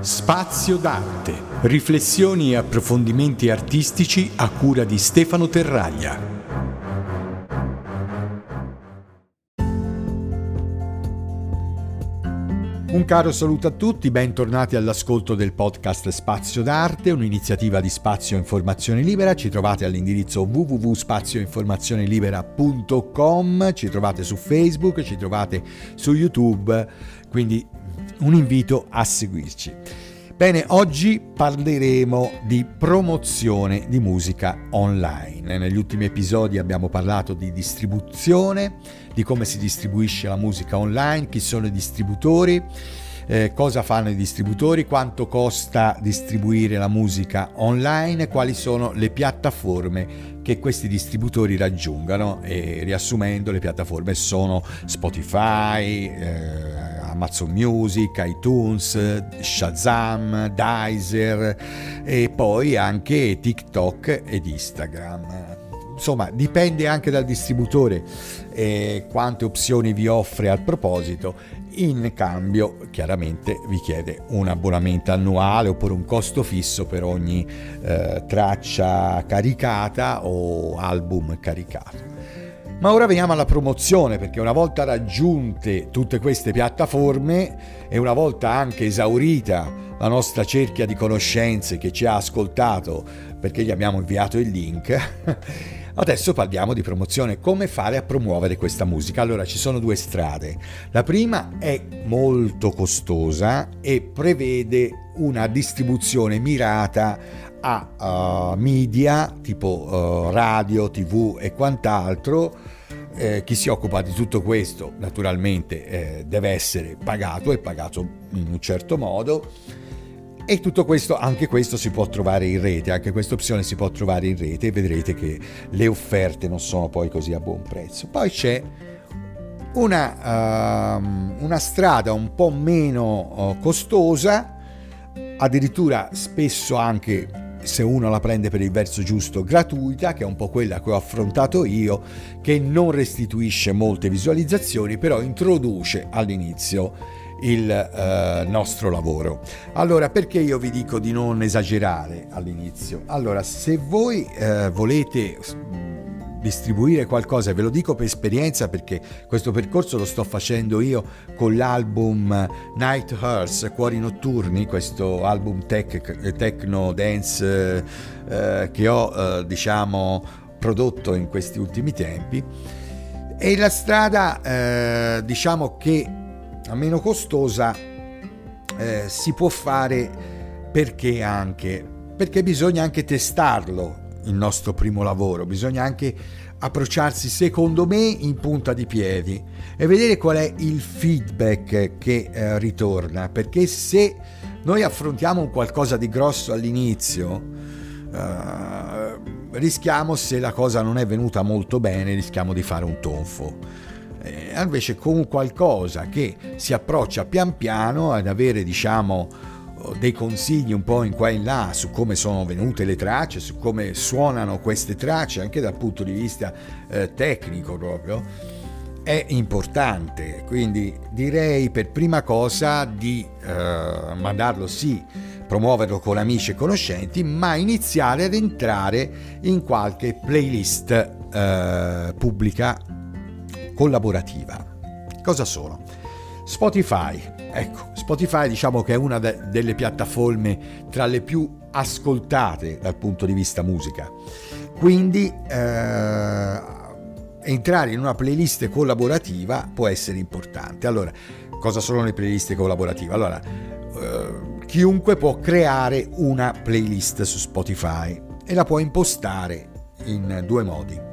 Spazio d'arte, riflessioni e approfondimenti artistici a cura di Stefano Terraglia. Un caro saluto a tutti, bentornati all'ascolto del podcast Spazio d'Arte, un'iniziativa di Spazio Informazione Libera. Ci trovate all'indirizzo www.spazioinformazionelibera.com, ci trovate su Facebook, ci trovate su YouTube, quindi un invito a seguirci. Bene, oggi parleremo di promozione di musica online. Negli ultimi episodi abbiamo parlato di distribuzione, di come si distribuisce la musica online, chi sono i distributori, cosa fanno i distributori, quanto costa distribuire la musica online, quali sono le piattaforme che questi distributori raggiungano. E riassumendo, le piattaforme sono Spotify, Amazon Music, iTunes, Shazam, Deezer e poi anche TikTok ed Instagram. Insomma, dipende anche dal distributore quante opzioni vi offre al proposito. In cambio, chiaramente, vi chiede un abbonamento annuale oppure un costo fisso per ogni traccia caricata o album caricato. Ma ora veniamo alla promozione, perché una volta raggiunte tutte queste piattaforme e una volta anche esaurita la nostra cerchia di conoscenze che ci ha ascoltato perché gli abbiamo inviato il link, adesso parliamo di promozione, come fare a promuovere questa musica. Allora, ci sono due strade. La prima è molto costosa e prevede una distribuzione mirata a media tipo radio, TV e quant'altro. Chi si occupa di tutto questo naturalmente deve essere pagato, è pagato in un certo modo, e tutto questo, anche questo si può trovare in rete, anche questa opzione si può trovare in rete, e vedrete che le offerte non sono poi così a buon prezzo. Poi c'è una strada un po' meno costosa, addirittura spesso anche, se uno la prende per il verso giusto, gratuita, che è un po' quella che ho affrontato io, che non restituisce molte visualizzazioni, però introduce all'inizio il nostro lavoro. Allora, perché io vi dico di non esagerare all'inizio? Allora, se voi volete distribuire qualcosa, e ve lo dico per esperienza perché questo percorso lo sto facendo io con l'album Night Hearts, Cuori Notturni, questo album techno dance che ho prodotto in questi ultimi tempi. E la strada diciamo che a meno costosa si può fare, perché bisogna anche testarlo, il nostro primo lavoro, bisogna anche approcciarsi, secondo me, in punta di piedi e vedere qual è il feedback che ritorna, perché se noi affrontiamo un qualcosa di grosso all'inizio, rischiamo, se la cosa non è venuta molto bene, rischiamo di fare un tonfo. Invece con qualcosa che si approccia pian piano ad avere, dei consigli un po' in qua e in là su come sono venute le tracce, su come suonano queste tracce, anche dal punto di vista tecnico proprio, è importante. Quindi direi per prima cosa di mandarlo, sì, promuoverlo con amici e conoscenti, ma iniziare ad entrare in qualche playlist pubblica collaborativa. Cosa sono? Spotify. Ecco, Spotify diciamo che è una delle piattaforme tra le più ascoltate dal punto di vista musica. Quindi entrare in una playlist collaborativa può essere importante. Allora, cosa sono le playlist collaborative? Allora, chiunque può creare una playlist su Spotify e la può impostare in due modi.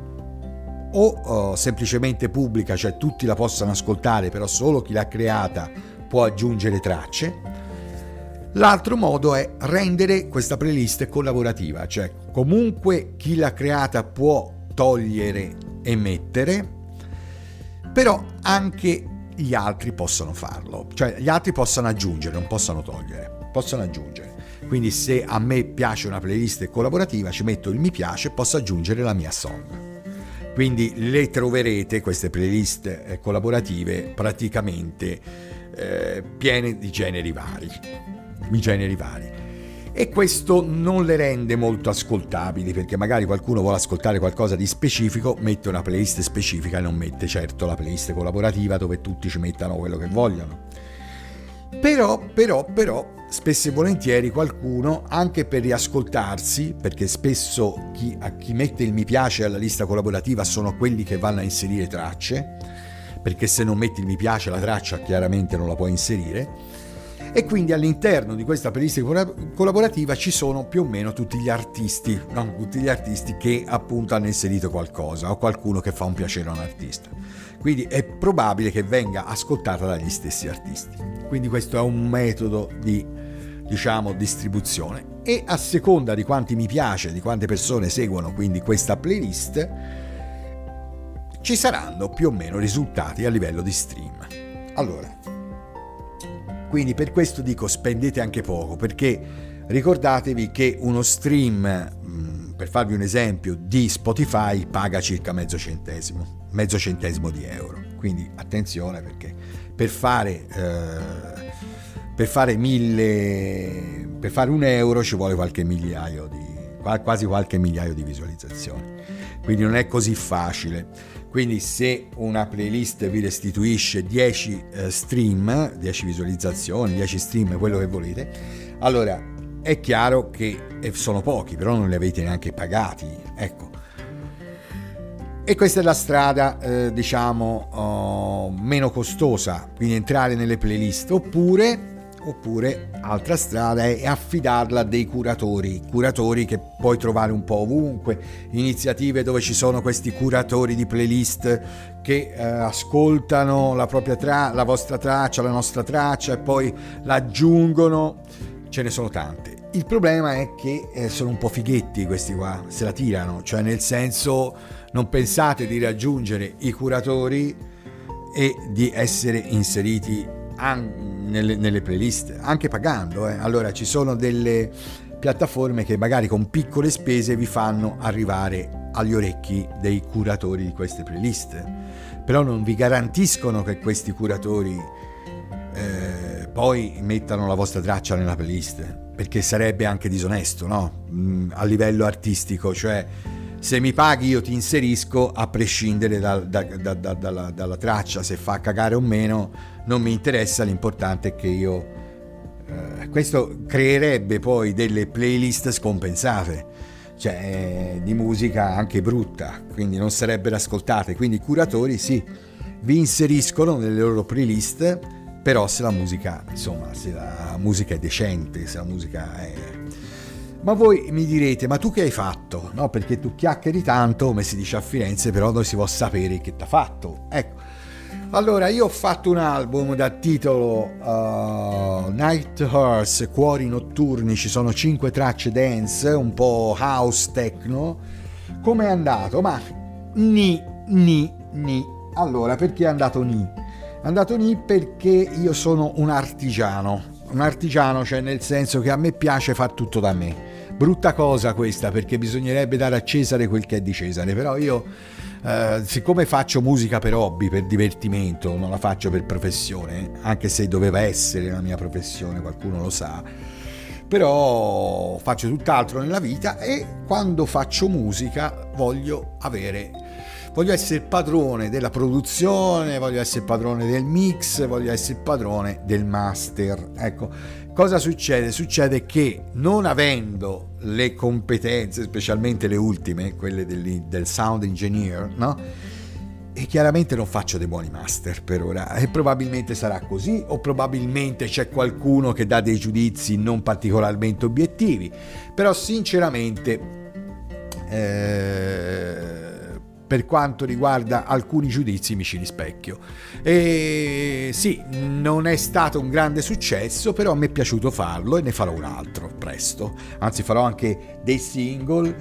O semplicemente pubblica, cioè tutti la possano ascoltare, però solo chi l'ha creata può aggiungere tracce. L'altro modo è rendere questa playlist collaborativa, cioè comunque chi l'ha creata può togliere e mettere, però anche gli altri possono farlo, cioè gli altri possono aggiungere, non possono togliere, possono aggiungere. Quindi se a me piace una playlist collaborativa, ci metto il mi piace e posso aggiungere la mia song. Quindi le troverete, queste playlist collaborative, praticamente piene di generi vari. i generi vari. E questo non le rende molto ascoltabili, perché magari qualcuno vuole ascoltare qualcosa di specifico, mette una playlist specifica e non mette certo la playlist collaborativa dove tutti ci mettano quello che vogliono. Però spesso e volentieri qualcuno, anche per riascoltarsi, perché spesso chi mette il mi piace alla lista collaborativa sono quelli che vanno a inserire tracce, perché se non metti il mi piace la traccia chiaramente non la puoi inserire, e quindi all'interno di questa playlist collaborativa ci sono più o meno tutti gli artisti, no? Tutti gli artisti che appunto hanno inserito qualcosa, o qualcuno che fa un piacere a un artista, quindi è probabile che venga ascoltata dagli stessi artisti. Quindi questo è un metodo di, diciamo, distribuzione, e a seconda di quanti mi piace, di quante persone seguono quindi questa playlist, ci saranno più o meno risultati a livello di stream. Allora, quindi per questo dico spendete anche poco, perché ricordatevi che uno stream, per farvi un esempio, di Spotify paga circa mezzo centesimo di euro. Quindi attenzione, perché per fare un euro ci vuole quasi qualche migliaio di visualizzazioni. Quindi non è così facile. Quindi se una playlist vi restituisce 10 stream, 10 visualizzazioni, 10 stream, quello che volete, allora è chiaro che sono pochi, però non li avete neanche pagati, ecco. E questa è la strada, meno costosa, quindi entrare nelle playlist, oppure altra strada è affidarla a dei curatori che puoi trovare un po' ovunque, iniziative dove ci sono questi curatori di playlist che ascoltano la vostra traccia, la nostra traccia, e poi l'aggiungono. Ce ne sono tante. Il problema è che sono un po' fighetti questi qua, se la tirano, cioè nel senso, non pensate di raggiungere i curatori e di essere inseriti nelle playlist, anche pagando. Allora ci sono delle piattaforme che magari con piccole spese vi fanno arrivare agli orecchi dei curatori di queste playlist, però non vi garantiscono che questi curatori poi mettano la vostra traccia nella playlist, perché sarebbe anche disonesto, no? A livello artistico, cioè se mi paghi io ti inserisco a prescindere dalla traccia, se fa cagare o meno non mi interessa, l'importante è che io questo creerebbe poi delle playlist scompensate, cioè di musica anche brutta, quindi non sarebbero ascoltate. Quindi i curatori sì, vi inseriscono nelle loro playlist, però se la musica è decente, se la musica è... Ma voi mi direte, ma tu che hai fatto? No, perché tu chiacchieri tanto, come si dice a Firenze, però non si può sapere che t'ha fatto. Ecco, allora io ho fatto un album dal titolo Night Horse, Cuori Notturni, ci sono 5 tracce dance, un po' house techno. Come è andato? Ma ni. Allora, perché è andato ni? È andato ni perché io sono un artigiano, cioè nel senso che a me piace far tutto da me. Brutta cosa questa, perché bisognerebbe dare a Cesare quel che è di Cesare, però io siccome faccio musica per hobby, per divertimento, non la faccio per professione, anche se doveva essere la mia professione, qualcuno lo sa, però faccio tutt'altro nella vita, e quando faccio musica voglio essere padrone della produzione, voglio essere padrone del mix, voglio essere padrone del master. Ecco, cosa succede? Succede che non avendo le competenze, specialmente le ultime, quelle del sound engineer, no? E chiaramente non faccio dei buoni master per ora, e probabilmente sarà così, o probabilmente c'è qualcuno che dà dei giudizi non particolarmente obiettivi, però sinceramente per quanto riguarda alcuni giudizi mi ci rispecchio. E sì, non è stato un grande successo, però mi è piaciuto farlo e ne farò un altro presto, anzi farò anche dei single.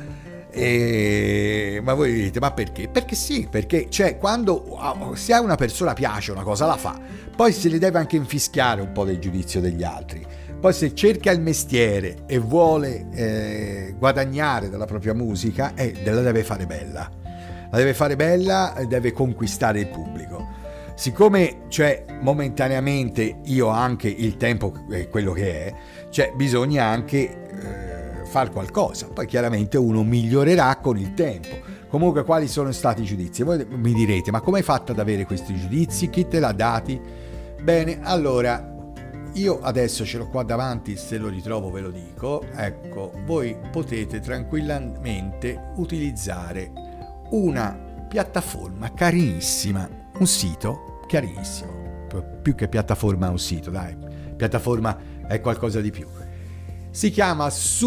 Ma voi dite, ma perché? Perché sì, perché cioè quando se a una persona piace una cosa la fa, poi se le deve anche infischiare un po' del giudizio degli altri. Poi se cerca il mestiere e vuole guadagnare dalla propria musica, la deve fare bella. La deve fare bella e deve conquistare il pubblico. siccome cioè momentaneamente io ho anche il tempo è quello che è, cioè bisogna anche far qualcosa, poi chiaramente uno migliorerà con il tempo. Comunque, quali sono stati i giudizi? Voi mi direte, ma come hai fatto ad avere questi giudizi? Chi te l'ha dati? Bene, allora io adesso ce l'ho qua davanti, se lo ritrovo ve lo dico. Ecco, voi potete tranquillamente utilizzare una piattaforma carinissima, un sito carinissimo, più che piattaforma un sito, dai, piattaforma è qualcosa di più. Si chiama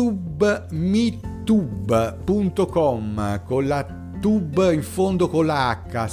submittube.com, con la tube in fondo con la H,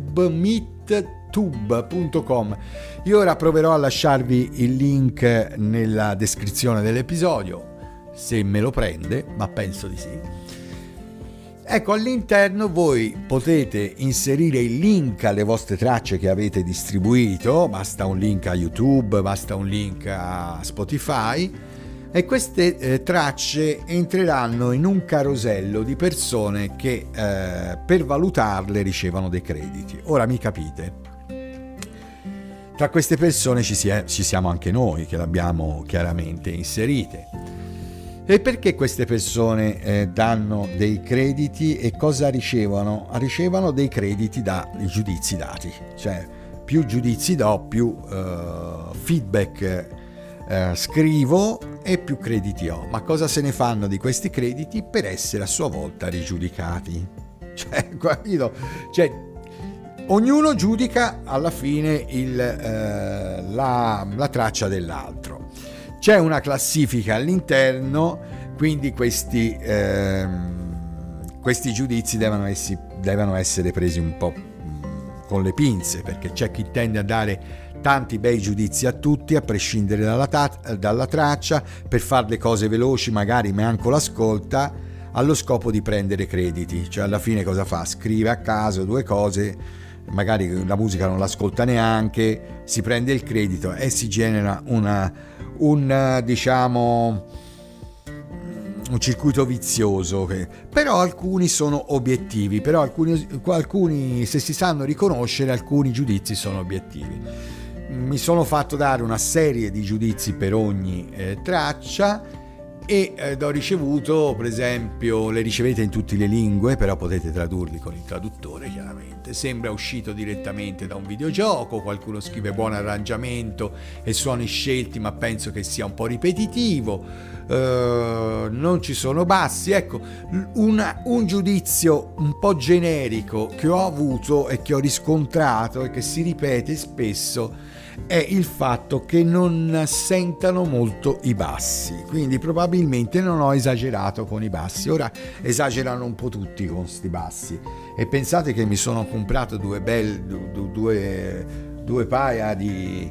submittube.com. Io ora proverò a lasciarvi il link nella descrizione dell'episodio, se me lo prende, ma penso di sì. Ecco, all'interno voi potete inserire il link alle vostre tracce che avete distribuito, basta un link a YouTube, basta un link a Spotify, e queste tracce entreranno in un carosello di persone che per valutarle ricevono dei crediti. Ora mi capite? Tra queste persone ci siamo anche noi, che l'abbiamo chiaramente inserite. E perché queste persone danno dei crediti e cosa ricevono? Ricevono dei crediti dai giudizi dati, cioè più giudizi do, più feedback scrivo e più crediti ho. Ma cosa se ne fanno di questi crediti? Per essere a sua volta rigiudicati. Cioè, ognuno giudica alla fine la traccia dell'altro. C'è una classifica all'interno, quindi questi giudizi devono essere presi un po' con le pinze, perché c'è chi tende a dare tanti bei giudizi a tutti, a prescindere dalla traccia, per fare le cose veloci, magari neanche l'ascolta, allo scopo di prendere crediti. Cioè alla fine cosa fa? Scrive a caso due cose, magari la musica non l'ascolta neanche, si prende il credito e si genera un circuito vizioso. Però alcuni sono obiettivi, però alcuni se si sanno riconoscere, alcuni giudizi sono obiettivi. Mi sono fatto dare una serie di giudizi per ogni traccia e ho ricevuto, per esempio, le ricevete in tutte le lingue, però potete tradurli con il traduttore chiaramente. Sembra uscito direttamente da un videogioco, qualcuno scrive buon arrangiamento e suoni scelti, ma penso che sia un po' ripetitivo, non ci sono bassi. Ecco, un giudizio un po' generico che ho avuto e che ho riscontrato e che si ripete spesso è il fatto che non sentano molto i bassi, quindi probabilmente non ho esagerato con i bassi. Ora esagerano un po' tutti con sti bassi, e pensate che mi sono comprato due paia di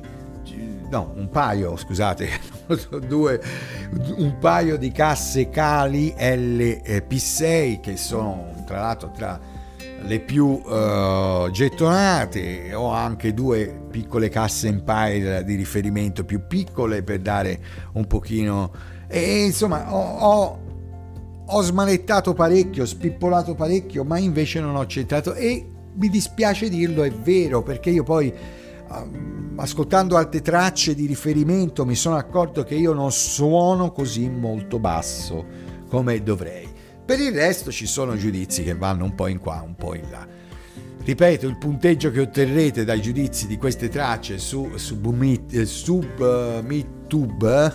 un paio di casse Kali LP6, che sono tra l'altro tra le più gettonate. Ho anche due piccole casse Empire di riferimento più piccole per dare un pochino, e insomma ho smanettato parecchio, spippolato parecchio, ma invece non ho centrato, e mi dispiace dirlo, è vero, perché io poi ascoltando altre tracce di riferimento mi sono accorto che io non suono così molto basso come dovrei. Per il resto ci sono giudizi che vanno un po' in qua, un po' in là. Ripeto, il punteggio che otterrete dai giudizi di queste tracce su Submittube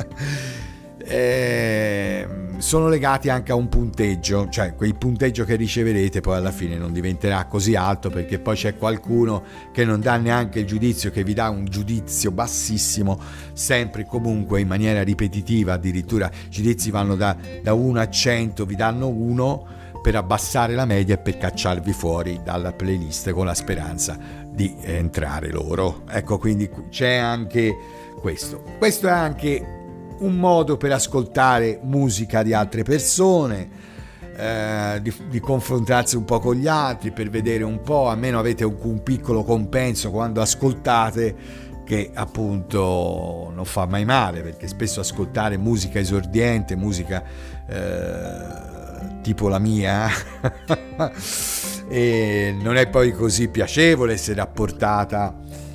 sono legati anche a un punteggio, cioè quel punteggio che riceverete poi alla fine non diventerà così alto, perché poi c'è qualcuno che non dà neanche il giudizio, che vi dà un giudizio bassissimo, sempre comunque in maniera ripetitiva. Addirittura i giudizi vanno da 1 a 100, vi danno 1 per abbassare la media e per cacciarvi fuori dalla playlist, con la speranza di entrare loro. Ecco, quindi c'è anche questo è anche un modo per ascoltare musica di altre persone, di confrontarsi un po' con gli altri, per vedere un po', almeno avete un piccolo compenso quando ascoltate, che appunto non fa mai male, perché spesso ascoltare musica esordiente, musica tipo la mia, e non è poi così piacevole se rapportata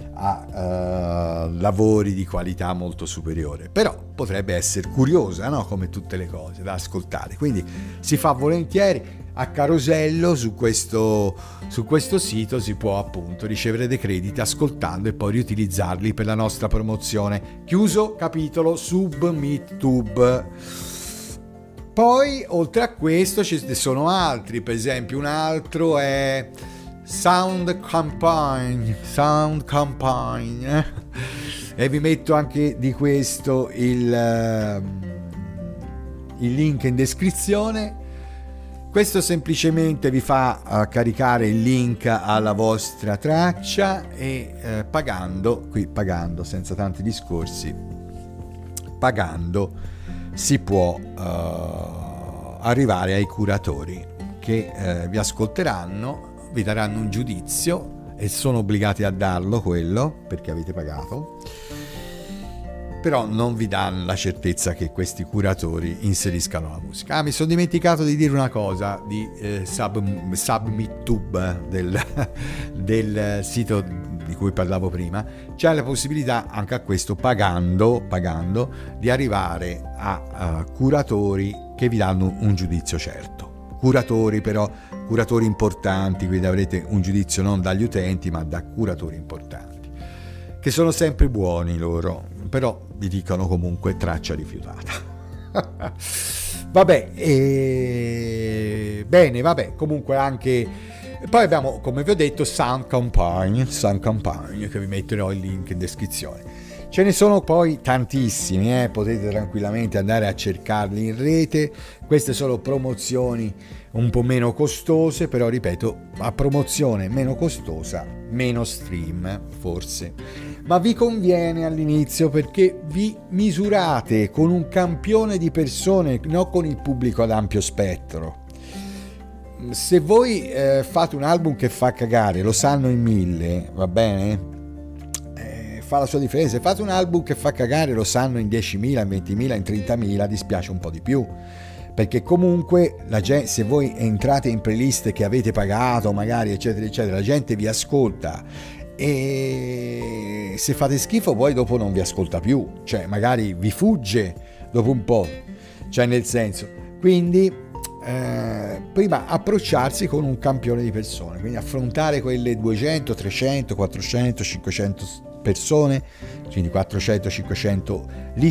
a lavori di qualità molto superiore, però potrebbe essere curiosa, no? Come tutte le cose da ascoltare, quindi si fa volentieri. A Carosello su questo sito si può appunto ricevere dei crediti ascoltando e poi riutilizzarli per la nostra promozione. Chiuso capitolo SubmitTube. Poi oltre a questo ci sono altri, per esempio un altro è Sound Campaign, e vi metto anche di questo il link in descrizione. Questo semplicemente vi fa caricare il link alla vostra traccia e pagando senza tanti discorsi, pagando si può arrivare ai curatori che vi ascolteranno, vi daranno un giudizio e sono obbligati a darlo quello perché avete pagato, però non vi danno la certezza che questi curatori inseriscano la musica. Mi sono dimenticato di dire una cosa di SubmitTube del sito di cui parlavo prima. C'è la possibilità anche a questo, pagando di arrivare a curatori che vi danno un giudizio certo. Curatori importanti, quindi avrete un giudizio non dagli utenti ma da curatori importanti, che sono sempre buoni loro, però vi dicono comunque traccia rifiutata. Bene, comunque anche poi abbiamo, come vi ho detto, Sound Campaign, che vi metterò il link in descrizione. Ce ne sono poi tantissimi, potete tranquillamente andare a cercarli in rete. Queste sono promozioni un po' meno costose, però ripeto, a promozione meno costosa, meno stream forse. Ma vi conviene all'inizio perché vi misurate con un campione di persone, non con il pubblico ad ampio spettro. Se voi fate un album che fa cagare, lo sanno in 1000, va bene? Fa la sua differenza. Se fate un album che fa cagare, lo sanno in 10.000, in 20.000, in 30.000, dispiace un po' di più. Perché comunque la gente, se voi entrate in playlist che avete pagato magari eccetera eccetera, la gente vi ascolta e se fate schifo poi dopo non vi ascolta più, cioè magari vi fugge dopo un po', cioè nel senso, quindi prima approcciarsi con un campione di persone, quindi affrontare quelle 200, 300, 400, 500 persone, quindi 400, 500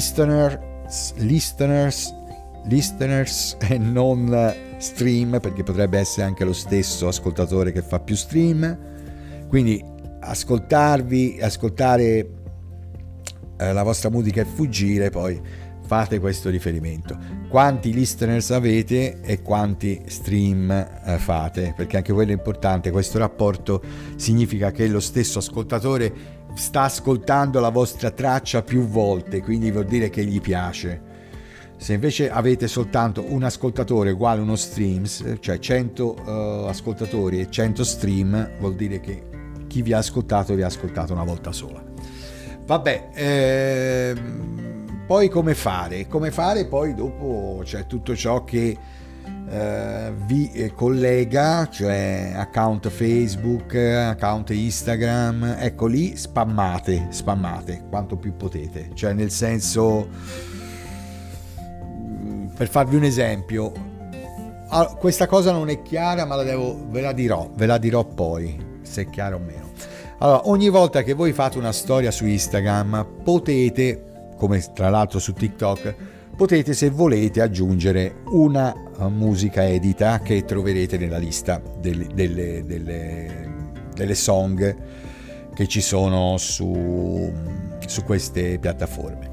listeners e non stream, perché potrebbe essere anche lo stesso ascoltatore che fa più stream, quindi ascoltare la vostra musica e fuggire, poi fate questo riferimento, quanti listeners avete e quanti stream fate, perché anche quello è importante. Questo rapporto significa che lo stesso ascoltatore sta ascoltando la vostra traccia più volte, quindi vuol dire che gli piace. Se invece avete soltanto un ascoltatore uguale uno streams, cioè 100 ascoltatori e 100 stream, vuol dire che chi vi ha ascoltato una volta sola. Vabbè, poi come fare? Poi dopo c'è tutto ciò che vi collega, cioè account Facebook, account Instagram, ecco lì spammate quanto più potete, cioè nel senso, per farvi un esempio, questa cosa non è chiara ma ve la dirò poi se è chiara o meno. Allora, ogni volta che voi fate una storia su Instagram potete, come tra l'altro su TikTok, potete, se volete, aggiungere una musica edita che troverete nella lista delle song che ci sono su queste piattaforme.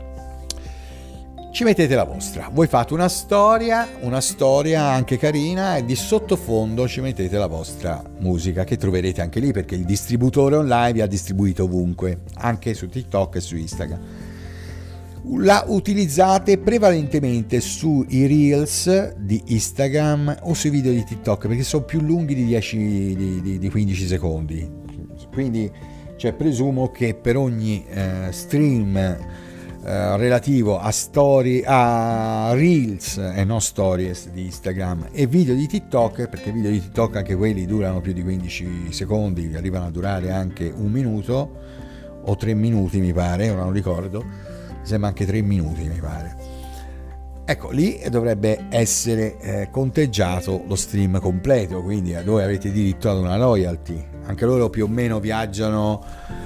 Ci mettete la vostra, voi fate una storia anche carina e di sottofondo ci mettete la vostra musica che troverete anche lì, perché il distributore online vi ha distribuito ovunque, anche su TikTok e su Instagram. La utilizzate prevalentemente sui Reels di Instagram o sui video di TikTok, perché sono più lunghi di 15 secondi, quindi presumo che per ogni stream relativo a storie, a Reels e non Stories di Instagram e video di TikTok, perché video di TikTok anche quelli durano più di 15 secondi, arrivano a durare anche 1 minuto o 3 minuti mi pare, ora non ricordo, mi sembra anche 3 minuti mi pare. Ecco, lì dovrebbe essere conteggiato lo stream completo, quindi voi avete diritto ad una royalty. Anche loro più o meno viaggiano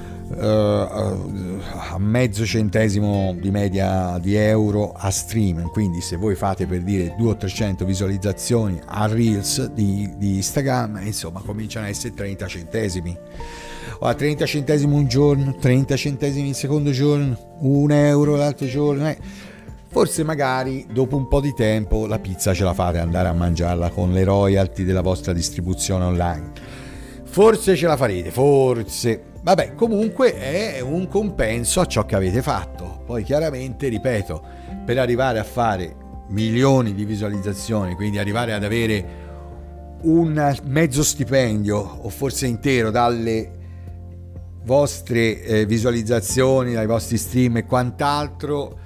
a mezzo centesimo di media di euro a stream, quindi se voi fate per dire 200 o 300 visualizzazioni a Reels di Instagram, insomma cominciano a essere 30 centesimi o a 30 centesimi un giorno, 30 centesimi il secondo giorno, 1 euro l'altro giorno. Forse magari dopo un po' di tempo la pizza ce la fate andare a mangiarla con le royalty della vostra distribuzione online. Forse ce la farete, forse. Vabbè, comunque è un compenso a ciò che avete fatto. Poi chiaramente, ripeto, per arrivare a fare milioni di visualizzazioni, quindi arrivare ad avere un mezzo stipendio o forse intero dalle vostre visualizzazioni, dai vostri stream e quant'altro,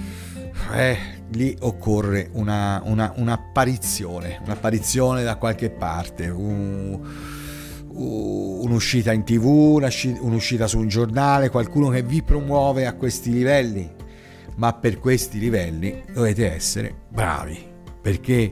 lì occorre un'apparizione da qualche parte, un'uscita in TV, un'uscita su un giornale, qualcuno che vi promuove a questi livelli. Ma per questi livelli dovete essere bravi, perché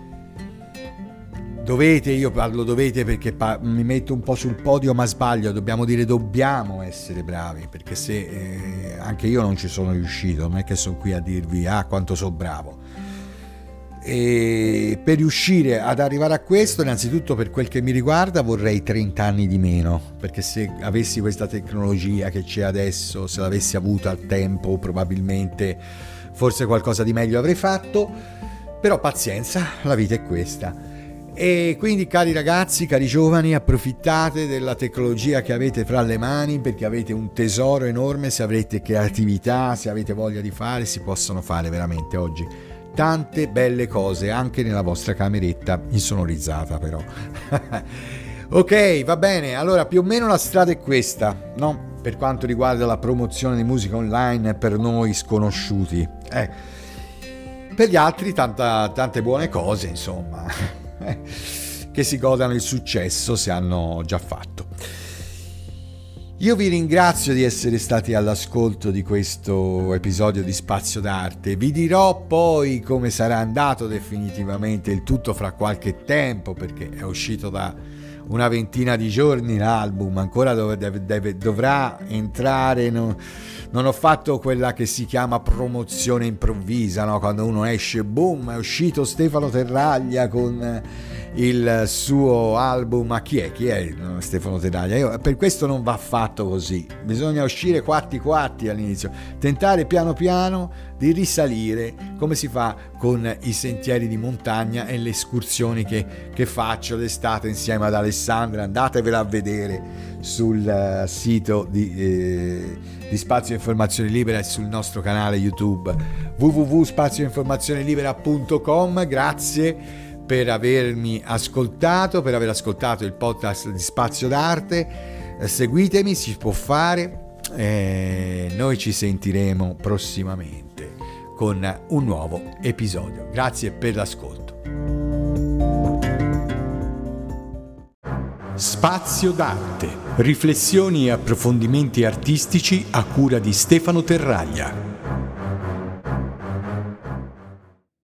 dovete, io parlo dovete perché mi metto un po' sul podio ma sbaglio, dobbiamo essere bravi, perché se anche io non ci sono riuscito, non è che sono qui a dirvi quanto sono bravo. E per riuscire ad arrivare a questo, innanzitutto per quel che mi riguarda vorrei 30 anni di meno, perché se avessi questa tecnologia che c'è adesso, se l'avessi avuta al tempo, probabilmente forse qualcosa di meglio avrei fatto, però pazienza, la vita è questa. E quindi, cari ragazzi, cari giovani, approfittate della tecnologia che avete fra le mani, perché avete un tesoro enorme. Se avrete creatività, se avete voglia di fare, si possono fare veramente oggi tante belle cose anche nella vostra cameretta insonorizzata, però. Ok, va bene, allora più o meno la strada è questa, no? Per quanto riguarda la promozione di musica online per noi sconosciuti, per gli altri tante buone cose, insomma, che si godano il successo se hanno già fatto. Io vi ringrazio di essere stati all'ascolto di questo episodio di Spazio d'Arte. Vi dirò poi come sarà andato definitivamente il tutto fra qualche tempo, perché è uscito da una ventina di giorni l'album, ancora dovrà entrare. Non ho fatto quella che si chiama promozione improvvisa, no? Quando uno esce, boom, è uscito Stefano Terraglia con il suo album. Ma chi è Stefano Terraglia? Per questo non va fatto così, bisogna uscire quatti all'inizio, tentare piano piano di risalire, come si fa con i sentieri di montagna e le escursioni che faccio d'estate insieme ad Alessandra. Andatevela a vedere sul sito di Spazio Informazione Libera e sul nostro canale YouTube www.spazioinformazionelibera.com. Grazie per avermi ascoltato, per aver ascoltato il podcast di Spazio d'Arte. Seguitemi, si può fare. Noi ci sentiremo prossimamente con un nuovo episodio. Grazie per l'ascolto. Spazio d'Arte. Riflessioni e approfondimenti artistici a cura di Stefano Terraglia.